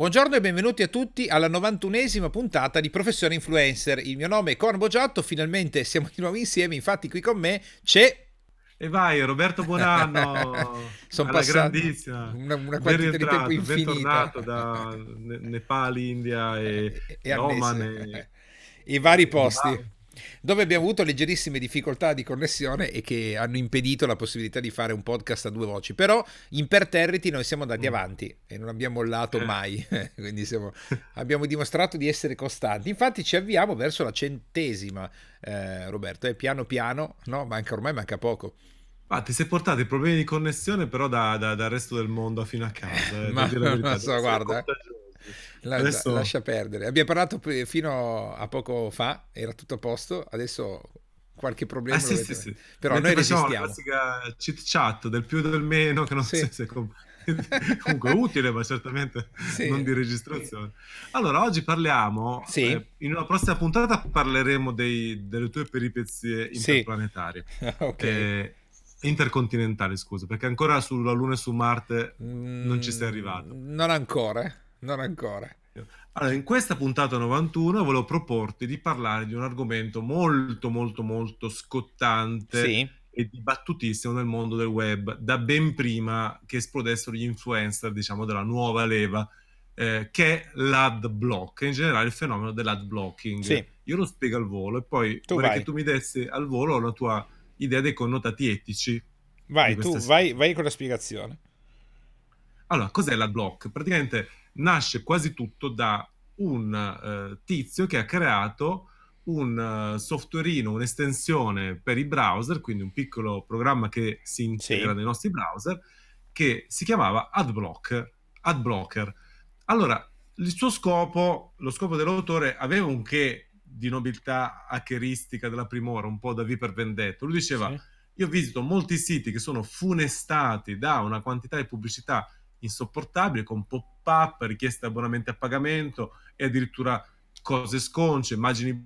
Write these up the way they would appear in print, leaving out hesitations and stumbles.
Buongiorno e benvenuti a tutti alla 91esima puntata di Professione Influencer. Il mio nome è Corbo Giotto, finalmente siamo di nuovo insieme, infatti qui con me c'è... E vai, Roberto Bonanno, Sono alla passati grandissima. una Ben quantità di tempo rientrato, infinita. bentornato da Nepal, India E e Oman annesse i vari e posti Dubai. dove abbiamo avuto leggerissime difficoltà di connessione e che hanno impedito la possibilità di fare un podcast a due voci, però imperterriti noi siamo andati Mm. avanti e non abbiamo mollato Eh. mai. Quindi abbiamo dimostrato di essere costanti, infatti ci avviamo verso la 100esima, Roberto, e piano piano, no, ormai manca poco. Ma ti sei portato i problemi di connessione però dal resto del mondo fino a casa, devo Ma dire la non verità, lo devono so, essere guarda, contagiosi. Adesso, lascia perdere. Abbiamo parlato fino a poco fa, era tutto a posto, adesso qualche ah problema lo sì sì avete. sì, Però mentre noi facciamo la resistiamo. classica chit chat del più e del meno, che non so Sì, se comunque è utile, ma certamente non sì, di registrazione. Allora, oggi parliamo, sì, in una prossima puntata parleremo delle tue peripezie sì. interplanetarie, Ok. eh, intercontinentali, scusa, perché ancora sulla Luna e su Marte non ci sei arrivato. Non ancora, non ancora. Allora, in questa puntata 91 volevo proporti di parlare di un argomento molto, molto, molto scottante Sì, e dibattutissimo nel mondo del web, da ben prima che esplodessero gli influencer, diciamo, della nuova leva, che è l'ad block, in generale il fenomeno dell'ad blocking. sì, Io lo spiego al volo e poi tu vorrei che vai, tu mi dessi al volo la tua idea dei connotati etici di vai, questa tu vai, situazione. vai con la spiegazione. Allora, cos'è l'adblock? Praticamente nasce quasi tutto da un tizio che ha creato un softwareino, un'estensione per i browser, quindi un piccolo programma che si integra Sì, nei nostri browser, che si chiamava AdBlocker. Allora, il suo scopo, lo scopo dell'autore, aveva un che di nobiltà hackeristica della prima ora, un po' da V per Vendetta. Lui diceva, sì, io visito molti siti che sono funestati da una quantità di pubblicità insopportabile, con pop-up, richieste di abbonamenti a pagamento e addirittura cose sconce, immagini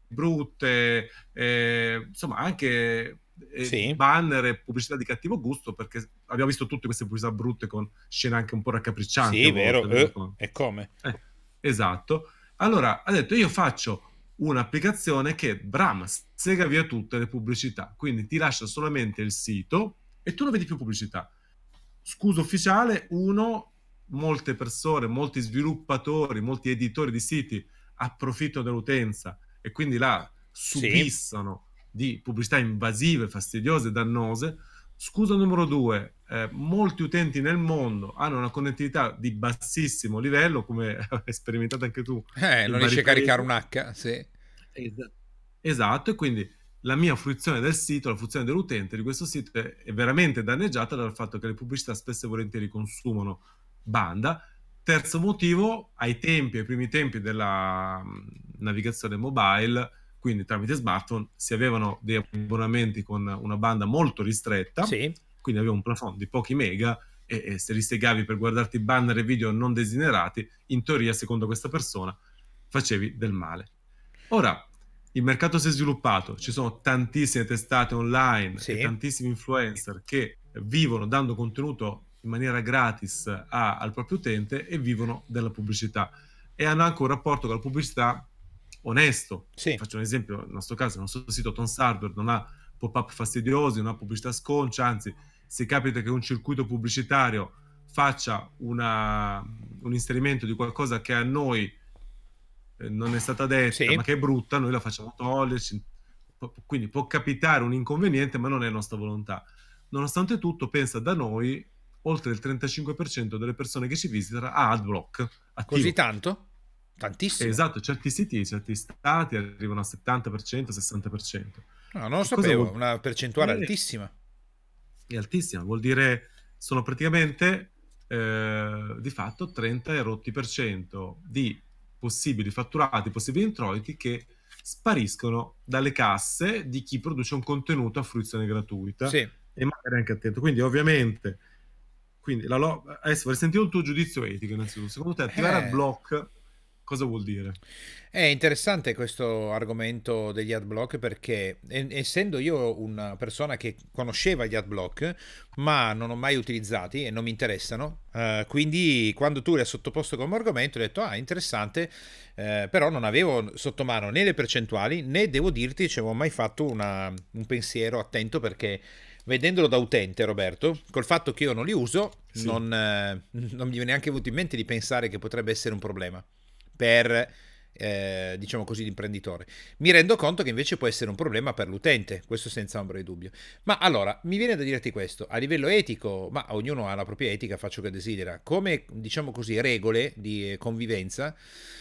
brutte, insomma anche sì, banner e pubblicità di cattivo gusto, perché abbiamo visto tutte queste pubblicità brutte con scene anche un po' raccapriccianti a sì, vero, volte, vero? e come? Eh, esatto. Allora ha detto io faccio un'applicazione che Bram sega via tutte le pubblicità, quindi ti lascia solamente il sito e tu non vedi più pubblicità. Scusa ufficiale, uno, molte persone, molti sviluppatori, molti editori di siti approfittano dell'utenza e quindi la Sì, subissano di pubblicità invasive, fastidiose, dannose. Scusa numero due, molti utenti nel mondo hanno una connettività di bassissimo livello, come hai sperimentato anche tu in non riesci vari a caricare paesi. un H, sì, Es- Esatto, e quindi la mia fruizione del sito, la fruizione dell'utente di questo sito è veramente danneggiata dal fatto che le pubblicità spesso e volentieri consumano banda. Terzo motivo, ai primi tempi della navigazione mobile, quindi tramite smartphone, si avevano dei abbonamenti con una banda molto ristretta, sì, quindi avevo un plafond di pochi mega e se li segavi per guardarti banner e video non desiderati, in teoria, secondo questa persona, facevi del male. Ora, il mercato si è sviluppato, ci sono tantissime testate online e sì, tantissimi influencer che vivono dando contenuto in maniera gratis al proprio utente e vivono della pubblicità e hanno anche un rapporto con la pubblicità onesto. sì, Faccio un esempio, nel nostro caso, il nostro sito Tons Hardware non ha pop-up fastidiosi, non ha pubblicità sconcia, anzi, se capita che un circuito pubblicitario faccia un inserimento di qualcosa che a noi non è stata detta, ma sì, che è brutta, noi la facciamo toglierci. Quindi può capitare un inconveniente, ma non è nostra volontà. Nonostante tutto, pensa da noi, oltre il 35% delle persone che ci visitano ha AdBlock così attivo. tanto? Tantissimo. Esatto, certi siti, certi stati arrivano al 70%, 60%. No, non lo Che cosa sapevo, vuol una percentuale dire? altissima. È altissima, vuol dire sono praticamente di fatto 30 e rotti per cento di possibili fatturati, possibili introiti che spariscono dalle casse di chi produce un contenuto a fruizione gratuita Sì. e magari anche attento. Quindi ovviamente, adesso vorrei sentire il tuo giudizio etico innanzitutto. Secondo te attivare Eh, AdBlock cosa vuol dire? È interessante questo argomento degli adblock perché essendo io una persona che conosceva gli adblock ma non ho mai utilizzati e non mi interessano, quindi quando tu li hai sottoposto come argomento ho detto ah interessante, però non avevo sotto mano né le percentuali né devo dirti ci avevo mai fatto un pensiero attento perché vedendolo da utente Roberto, col fatto che io non li uso Sì. non mi viene neanche venuto in mente di pensare che potrebbe essere un problema per diciamo così l'imprenditore. Mi rendo conto che invece può essere un problema per l'utente, questo senza ombra di dubbio. Ma allora, mi viene da dirti questo, a livello etico, ma ognuno ha la propria etica, faccio che desidera, come diciamo così regole di convivenza,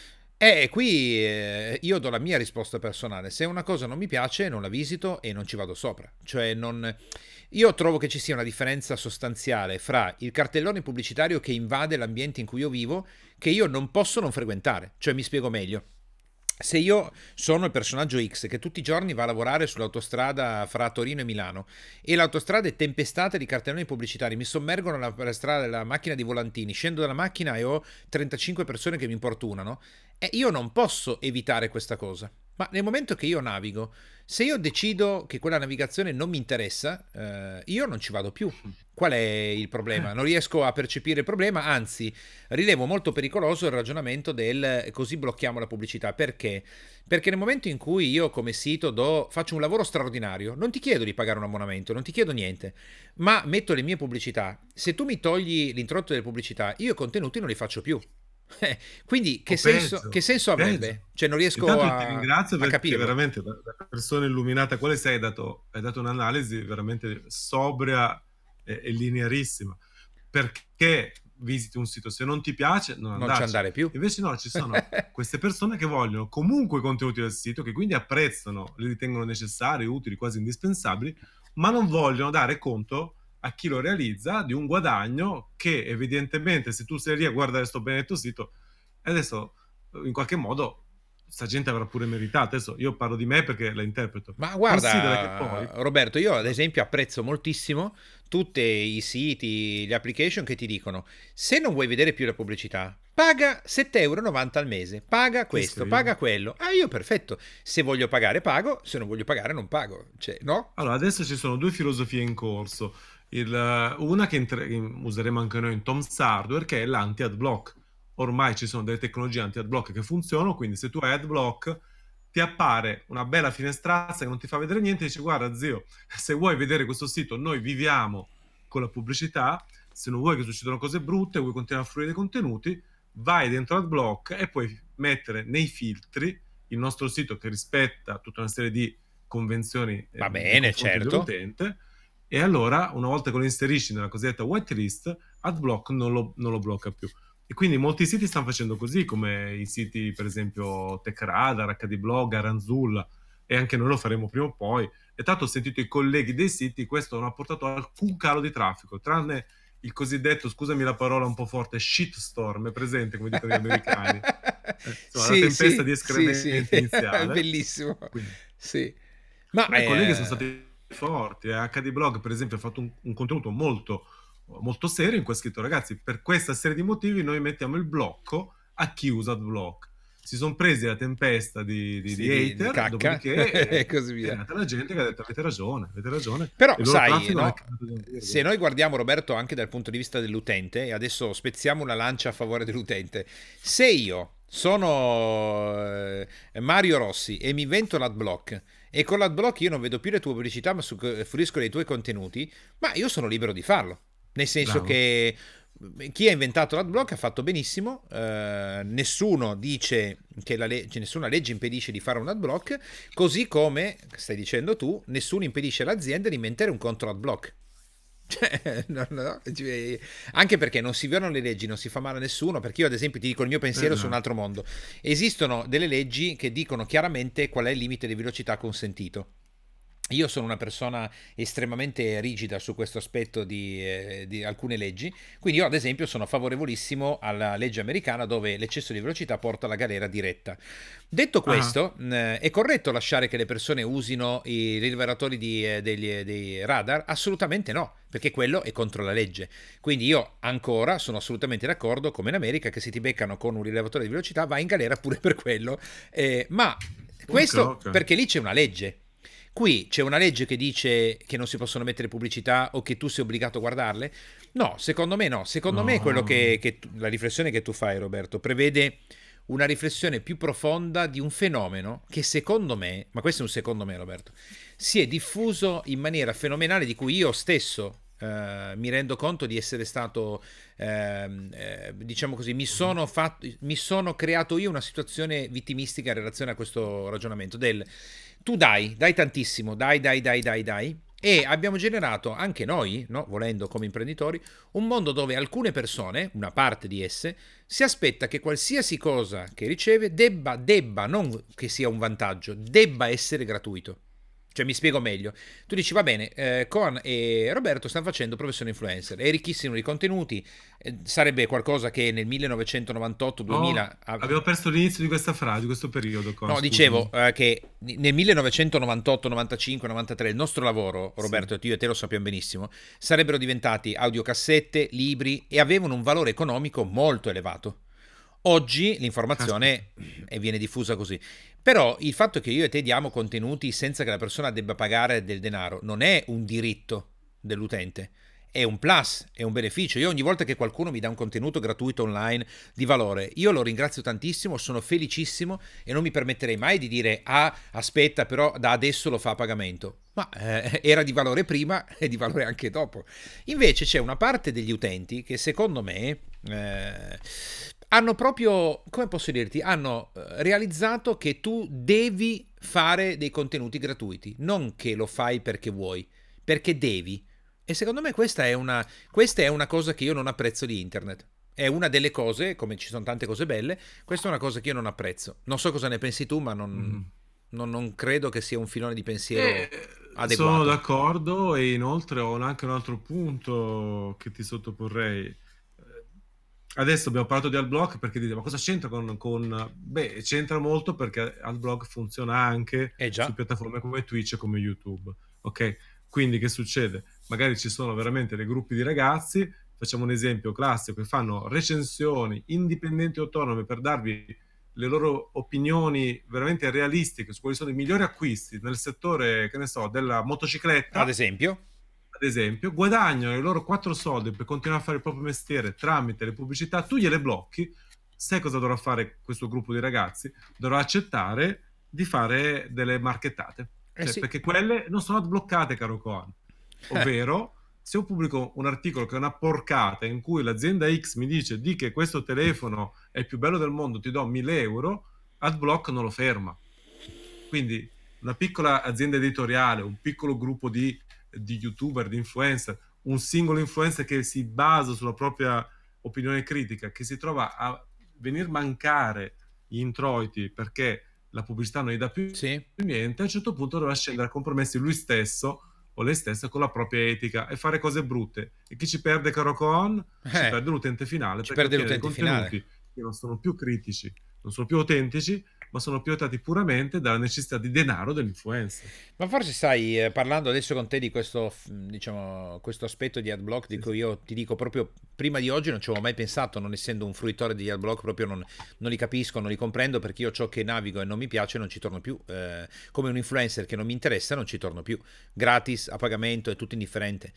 e qui io do la mia risposta personale. Se una cosa non mi piace, non la visito e non ci vado sopra. Cioè, non... Io trovo che ci sia una differenza sostanziale fra il cartellone pubblicitario che invade l'ambiente in cui io vivo, che io non posso non frequentare. Cioè, mi spiego meglio. Se io sono il personaggio X che tutti i giorni va a lavorare sull'autostrada fra Torino e Milano e l'autostrada è tempestata di cartelloni pubblicitari, mi sommergono la strada della macchina di volantini, scendo dalla macchina e ho 35 persone che mi importunano, e io non posso evitare questa cosa. Ma nel momento che io navigo, se io decido che quella navigazione non mi interessa, io non ci vado più. Qual è il problema? Non riesco a percepire il problema, anzi, rilevo molto pericoloso il ragionamento del così blocchiamo la pubblicità. Perché? Perché nel momento in cui io come sito faccio un lavoro straordinario, non ti chiedo di pagare un abbonamento, non ti chiedo niente, ma metto le mie pubblicità. Se tu mi togli l'introdotto delle pubblicità, io i contenuti non li faccio più. Quindi O che peggio, senso peggio. avrebbe? Cioè non riesco Intanto ti ringrazio a perché capirlo. veramente da persona illuminata quale sei hai dato un'analisi veramente sobria e linearissima. Perché visiti un sito? Se non ti piace, non Non ci andarci. andare più. Invece no, ci sono queste persone che vogliono comunque i contenuti del sito, che quindi apprezzano, li ritengono necessari, utili, quasi indispensabili, ma non vogliono dare conto a chi lo realizza di un guadagno che evidentemente se tu sei lì a guardare sto benedetto sito, adesso in qualche modo sta gente avrà pure meritato. Adesso io parlo di me perché la interpreto. Ma Considera che poi... guarda, Roberto, io ad esempio apprezzo moltissimo tutti i siti, le application che ti dicono se non vuoi vedere più la pubblicità, paga 7,90 € al mese, paga Ti questo, scrivo. paga quello. Ah, io perfetto. Se voglio pagare, pago, se non voglio pagare, non pago. Cioè, no? Allora, adesso ci sono due filosofie in corso. Una che useremo anche noi in Tom's Hardware, che è l'anti-ad block. Ormai ci sono delle tecnologie anti-ad block che funzionano, quindi se tu hai ad block ti appare una bella finestrazza che non ti fa vedere niente e dici guarda zio, se vuoi vedere questo sito noi viviamo con la pubblicità, se non vuoi che succedano cose brutte, vuoi continuare a fruire dei contenuti, vai dentro ad block e puoi mettere nei filtri il nostro sito che rispetta tutta una serie di convenzioni Va nei bene, confronti certo. dell'utente e allora una volta che lo inserisci nella cosiddetta whitelist AdBlock non lo blocca più e quindi molti siti stanno facendo così come i siti per esempio TechRadar, HDBlog, Aranzulla e anche noi lo faremo prima o poi e tanto ho sentito i colleghi dei siti questo non ha portato alcun calo di traffico tranne il cosiddetto, scusami la parola un po' forte, shitstorm, è presente come dicono gli americani insomma, la Sì, tempesta sì, di sì, sì, escrementi iniziale bellissimo. quindi Sì. Ma però i colleghi sono stati forti. HDBlog, per esempio, ha fatto un contenuto molto serio in cui ha scritto: ragazzi, per questa serie di motivi noi mettiamo il blocco a chi usa AdBlock. Si sono presi la tempesta di sì, di hater, cacca dopodiché e così è via. nata la gente che ha detto avete ragione, Però, e il loro sai, traffico non è no? cambiato di una Se virgola. noi guardiamo, Roberto, anche dal punto di vista dell'utente, e adesso spezziamo una lancia a favore dell'utente, se io sono Mario Rossi e mi invento l'adblock e con l'adblock io non vedo più le tue pubblicità ma fruisco dei tuoi contenuti, ma io sono libero di farlo. Nel senso Bravo. che chi ha inventato l'adblock ha fatto benissimo, nessuno dice che cioè, nessuna legge impedisce di fare un adblock, così come stai dicendo tu, nessuno impedisce all'azienda di mettere un contro adblock. Cioè, cioè, anche perché non si violano le leggi, non si fa male a nessuno, perché io ad esempio ti dico il mio pensiero su un Esatto. altro mondo. Esistono delle leggi che dicono chiaramente qual è il limite di velocità consentito. io sono una persona estremamente rigida su questo aspetto di alcune leggi, quindi io ad esempio sono favorevolissimo alla legge americana dove l'eccesso di velocità porta alla galera diretta. Detto Ah, questo, è corretto lasciare che le persone usino i rilevatori dei radar? Assolutamente no, perché quello è contro la legge. Quindi io ancora sono assolutamente d'accordo, come in America, che se ti beccano con un rilevatore di velocità vai in galera pure per quello. Ma ok, questo ok. perché lì c'è una legge. Qui c'è una legge che dice che non si possono mettere pubblicità o che tu sei obbligato a guardarle? No, secondo me no. Secondo me quello No. la riflessione che tu fai, Roberto, prevede una riflessione più profonda di un fenomeno che secondo me, ma questo è un secondo me, Roberto, si è diffuso in maniera fenomenale di cui io stesso mi rendo conto di essere stato, diciamo così, Mhm. mi sono creato io una situazione vittimistica in relazione a questo ragionamento del tu dai tantissimo, dai, e abbiamo generato anche noi, no, volendo come imprenditori, un mondo dove alcune persone, una parte di esse, si aspetta che qualsiasi cosa che riceve debba, non che sia un vantaggio, debba essere gratuito. Cioè, mi spiego meglio. Tu dici, va bene, Coan e Roberto stanno facendo professione influencer, è ricchissimo di contenuti, sarebbe qualcosa che nel Oh, 1998-2000... abbiamo perso l'inizio di questa frase, di questo periodo qua, No, dicevo scusami. che nel 1998, 95, 93 il nostro lavoro, Sì, Roberto, io e te lo sappiamo benissimo, sarebbero diventati audiocassette, libri e avevano un valore economico molto elevato. Oggi caspita. l'informazione viene diffusa così. Però il fatto che io e te diamo contenuti senza che la persona debba pagare del denaro non è un diritto dell'utente, è un plus, è un beneficio. Io ogni volta che qualcuno mi dà un contenuto gratuito online di valore, io lo ringrazio tantissimo, sono felicissimo e non mi permetterei mai di dire ah, aspetta, però da adesso lo fa a pagamento. Ma era di valore prima e di valore anche dopo. Invece c'è una parte degli utenti che secondo me hanno proprio, come posso dirti, hanno realizzato che tu devi fare dei contenuti gratuiti, non che lo fai perché vuoi, perché devi. E secondo me questa è una cosa che io non apprezzo di internet. È una delle cose, come ci sono tante cose belle, questa è una cosa che io non apprezzo. Non so cosa ne pensi tu, ma Mhm. non credo che sia un filone di E pensiero sono adeguato. d'accordo e inoltre ho anche un altro punto che ti sottoporrei. Adesso abbiamo parlato di Adblock perché dite, ma cosa c'entra con... Beh, c'entra molto perché Adblock funziona anche Eh su già, piattaforme come Twitch e come YouTube, ok? Quindi che succede? Magari ci sono veramente dei gruppi di ragazzi, facciamo un esempio classico, che fanno recensioni indipendenti e autonome per darvi le loro opinioni veramente realistiche su quali sono i migliori acquisti nel settore, che ne so, della ad motocicletta, esempio. ad esempio, guadagnano i loro quattro soldi per continuare a fare il proprio mestiere tramite le pubblicità, tu gliele blocchi, sai cosa dovrà fare questo gruppo di ragazzi? Dovrà accettare di fare delle marchettate, Eh cioè sì. perché quelle non sono bloccate, caro Coan. Ovvero, se io pubblico un articolo che è una porcata in cui l'azienda X mi dice di che questo telefono è il più bello del mondo, ti do 1000 euro, AdBlock non lo ferma. Quindi una piccola azienda editoriale, un piccolo gruppo di youtuber, di influencer, un singolo influencer che si basa sulla propria opinione critica, che si trova a venir mancare gli introiti perché la pubblicità non gli dà più Sì. niente, a un certo punto dovrà scendere a compromessi lui stesso o lei stessa con la propria etica e fare cose brutte. E chi ci perde, caro Coon? Ci perde l'utente finale Ci perché perde ottiene dei l'utente finale. contenuti che non sono più critici, non sono più autentici, ma sono pilotati puramente dalla necessità di denaro dell'influencer. Ma forse sai, parlando adesso con te di questo, diciamo, questo aspetto di AdBlock, di Sì, cui io ti dico proprio prima di oggi non ci avevo mai pensato, non essendo un fruitore di AdBlock, proprio non li capisco, non li comprendo, perché io ciò che navigo e non mi piace non ci torno più. Come un influencer che non mi interessa non ci torno più. Gratis, a pagamento, è tutto indifferente.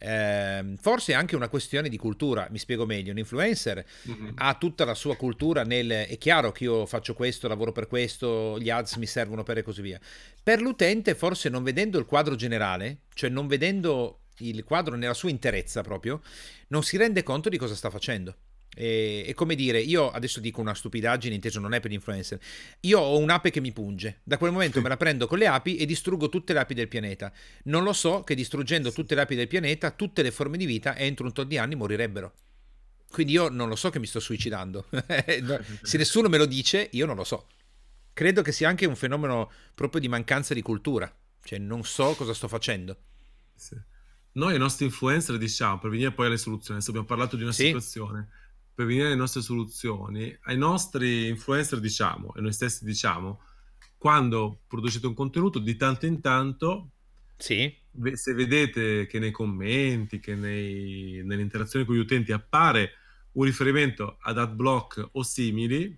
Forse è anche una questione di cultura, mi spiego meglio. Un influencer mhm, ha tutta la sua cultura nel è chiaro che io faccio questo, lavoro per questo, gli ads mi servono per e così via. Per l'utente, forse non vedendo il quadro generale, cioè non vedendo il quadro nella sua interezza proprio, non si rende conto di cosa sta facendo. È come dire, io adesso dico una stupidaggine, inteso non è per gli influencer. Io ho un'ape che mi punge, da quel momento me sì, la prendo con le api e distruggo tutte le api del pianeta. Non lo so che distruggendo sì. tutte le api del pianeta, tutte le forme di vita entro un tot di anni morirebbero. Quindi io non lo so che mi sto suicidando. Se nessuno me lo dice, io non lo so. Credo che sia anche un fenomeno proprio di mancanza di cultura. cioè non so cosa sto facendo. Sì. Noi ai nostri influencer diciamo, per venire poi alle soluzioni, adesso abbiamo parlato di una Sì, situazione, per venire alle nostre soluzioni, ai nostri influencer diciamo, e noi stessi diciamo, quando producete un contenuto di tanto in tanto, sì, se vedete che nei commenti, che nelle interazioni con gli utenti appare un riferimento ad AdBlock o simili,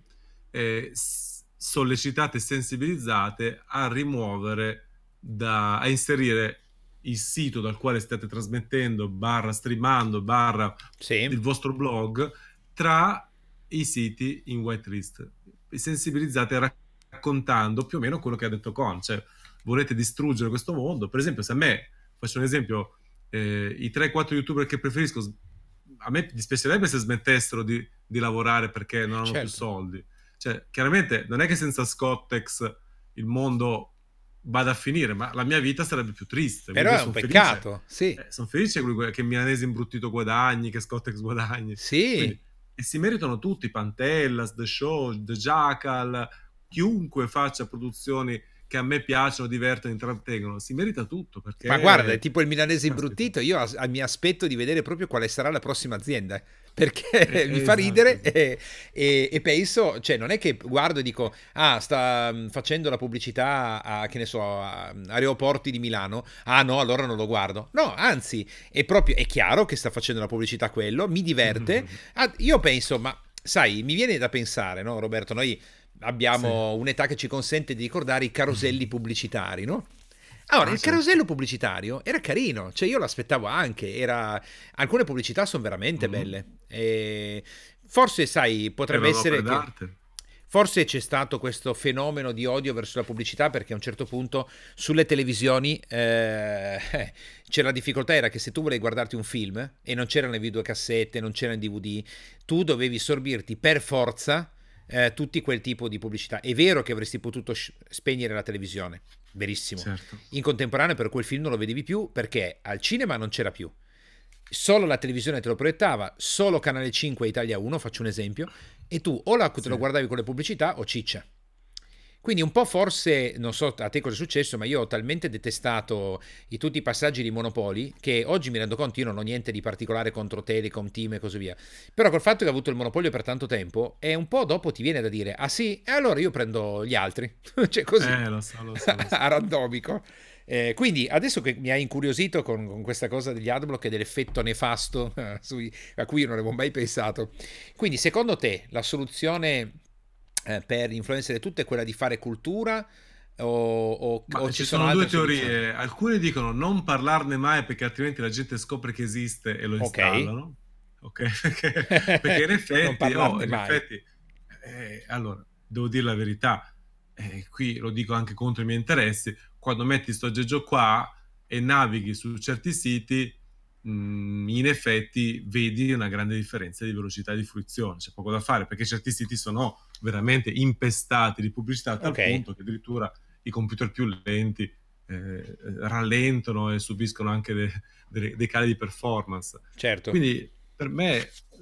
sollecitate e sensibilizzate a rimuovere, a inserire il sito dal quale state trasmettendo, barra streamando, barra sì. il vostro blog, tra i siti in whitelist. Sensibilizzate raccontando più o meno quello che ha detto Con, cioè volete distruggere questo mondo. Per esempio, se a me, faccio un esempio, i 3-4 youtuber che preferisco, a me dispiacerebbe se smettessero di lavorare perché non hanno più Certo. soldi. Cioè, chiaramente non è che senza Scottex il mondo vada a finire, ma la mia vita sarebbe più triste. Però Quindi io è un sono felice. peccato, sì, Sono felice che Milanese imbruttito guadagni, che Scottex guadagni. sì. Quindi, e si meritano tutti, Pantellas, The Show, The Jackal, chiunque faccia produzioni che a me piacciono, divertono, intrattengono, si merita tutto Ma guarda, è perché tipo il milanese imbruttito, io mi aspetto di vedere proprio quale sarà la prossima azienda, perché mi fa esatto, ridere esatto. e penso, cioè non è che guardo e dico, ah, sta facendo la pubblicità a, che ne so, a aeroporti di Milano, ah no, allora non lo guardo. No, anzi, è proprio, è chiaro che sta facendo la pubblicità a quello, mi diverte. Ah, io penso, ma sai, mi viene da pensare, no Roberto, noi Sì. abbiamo un'età che ci consente di ricordare i caroselli pubblicitari, no? Allora, Ah, il certo. carosello pubblicitario era carino, cioè io l'aspettavo anche, alcune pubblicità sono veramente Mhm. belle. E forse, sai, potrebbe Erano opere essere che d'arte. forse c'è stato questo fenomeno di odio verso la pubblicità perché a un certo punto sulle televisioni c'è la difficoltà, era che se tu volevi guardarti un film e non c'erano le videocassette, non c'erano i DVD, tu dovevi sorbirti per forza tutti quel tipo di pubblicità. È vero che avresti potuto spegnere la televisione, verissimo. Certo. In contemporanea per quel film non lo vedevi più perché al cinema non c'era più. Solo la televisione te lo proiettava, solo Canale 5 e Italia 1, faccio un esempio, e tu te Sì. lo guardavi con le pubblicità o ciccia. Quindi un po' forse, non so a te cosa è successo, ma io ho talmente detestato tutti i passaggi di Monopoli che oggi mi rendo conto io non ho niente di particolare contro Telecom, Team e così via. Però col fatto che ho avuto il monopolio per tanto tempo, e un po' dopo ti viene da dire, ah sì, e allora io prendo gli altri. Cioè così, Lo so, lo so, lo so. a randomico. Quindi adesso che mi hai incuriosito con questa cosa degli adblock e dell'effetto nefasto a cui io non avevo mai pensato. Quindi secondo te la soluzione per influencer tutto è quella di fare cultura o Ma ci ci sono sono due altre soluzioni? teorie. Alcuni dicono non parlarne mai perché altrimenti la gente scopre che esiste e lo Ok, installano. Ok? Perché in non effetti, parlarne in mai. effetti, allora, devo dire la verità, qui lo dico anche contro i miei interessi, quando metti sto aggeggio qua e navighi su certi siti, in effetti vedi una grande differenza di velocità di fruizione. C'è poco da fare perché certi siti sono veramente impestati di pubblicità a Ok, tal punto che addirittura i computer più lenti rallentano e subiscono anche dei cali di performance. certo. Quindi per me,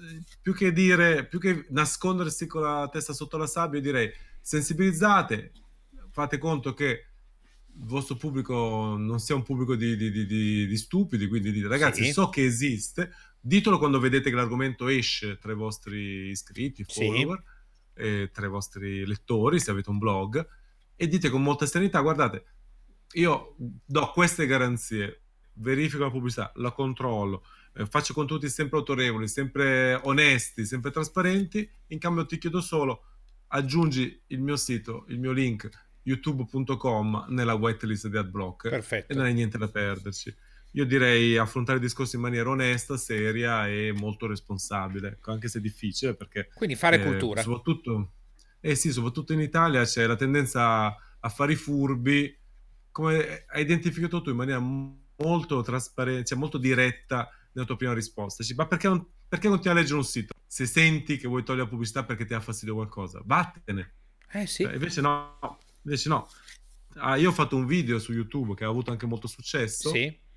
più che nascondersi con la testa sotto la sabbia, io direi sensibilizzate, fate conto che il vostro pubblico non sia un pubblico di stupidi, quindi dite ragazzi Sì, so che esiste, ditelo quando vedete che l'argomento esce tra i vostri iscritti, sì, follower, tra i vostri lettori, se avete un blog, e dite con molta serenità, guardate, io do queste garanzie, verifico la pubblicità, la controllo, faccio contenuti sempre autorevoli, sempre onesti, sempre trasparenti, in cambio ti chiedo solo aggiungi il mio sito, il mio link youtube.com nella whitelist di AdBlock e non perfetto. hai niente da perderci. Io direi affrontare il discorso in maniera onesta, seria e molto responsabile, ecco, anche se è difficile perché Quindi fare cultura. soprattutto, sì, soprattutto in Italia c'è la tendenza a fare i furbi, come hai identificato tu in maniera molto trasparente, cioè molto diretta nella tua prima risposta. Dici, ma perché continui a leggere un sito? Se senti che vuoi togliere la pubblicità perché ti ha fastidio qualcosa, vattene. Eh Cioè, sì, invece no. Ah, io ho fatto un video su YouTube che ha avuto anche molto successo, sì,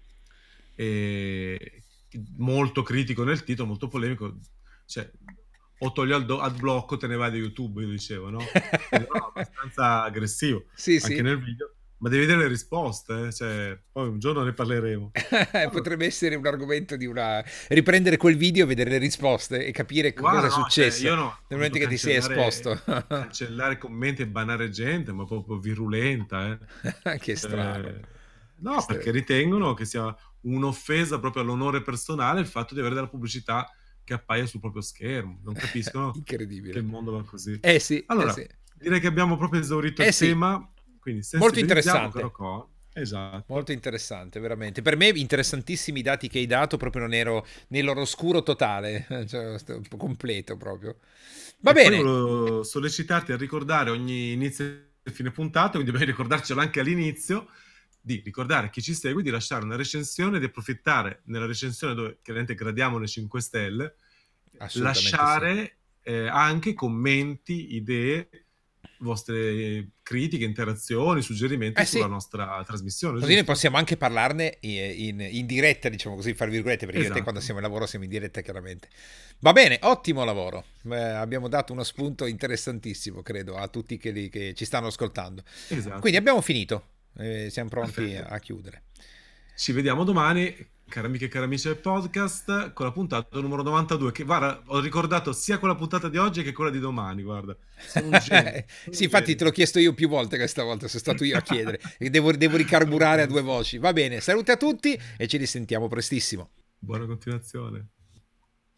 e molto critico nel titolo, molto polemico. Cioè, o togli ad blocco, te ne vai da YouTube, io dicevo, no? Quindi ero abbastanza aggressivo sì, anche sì. nel video. Ma devi vedere le risposte, cioè, poi un giorno ne parleremo. Allora, Potrebbe essere un argomento di una... riprendere quel video, vedere le risposte e capire cosa guarda, è no, cioè, successo io nel ho momento dovuto che ti sei esposto. cancellare commenti e banare gente, ma proprio virulenta, eh. Che strano. Che No, stra- perché ritengono che sia un'offesa proprio all'onore personale il fatto di avere della pubblicità che appaia sul proprio schermo. Non capiscono che il Incredibile. mondo va così. Eh sì, eh Allora, sì. direi che abbiamo proprio esaurito Eh il sì, tema, quindi molto sensibilizziamo, interessante. caro Co. Esatto. Molto interessante, veramente. Per me interessantissimi i dati che hai dato, proprio non ero nell'oroscuro totale, cioè, un po' completo proprio. Va E poi bene. volevo sollecitarti a ricordare ogni inizio e fine puntata, quindi dobbiamo ricordarcelo anche all'inizio, di ricordare chi ci segue di lasciare una recensione, di approfittare nella recensione dove chiaramente gradiamo le 5 stelle, Assolutamente sì. lasciare anche commenti, idee, vostre critiche, interazioni, suggerimenti Eh sulla sì, nostra trasmissione, così ne giusto? possiamo anche parlarne in diretta, diciamo così, fra virgolette, perché io e te quando Esatto, siamo in lavoro siamo in diretta chiaramente. Va bene, ottimo lavoro. Abbiamo dato uno spunto interessantissimo, credo, a tutti che ci stanno ascoltando. Quindi esatto. abbiamo finito, siamo pronti Perfetto. a chiudere. Ci vediamo domani, cari amiche e cari amici del podcast, con la puntata numero 92, che guarda, ho ricordato sia quella puntata di oggi che quella di domani, guarda. Sono un genio, sono Sì, un infatti te genio. l'ho chiesto io più volte questa volta, sono stato io a chiedere. E devo ricarburare a due voci. Va bene, salute a tutti e ci risentiamo prestissimo. Buona continuazione.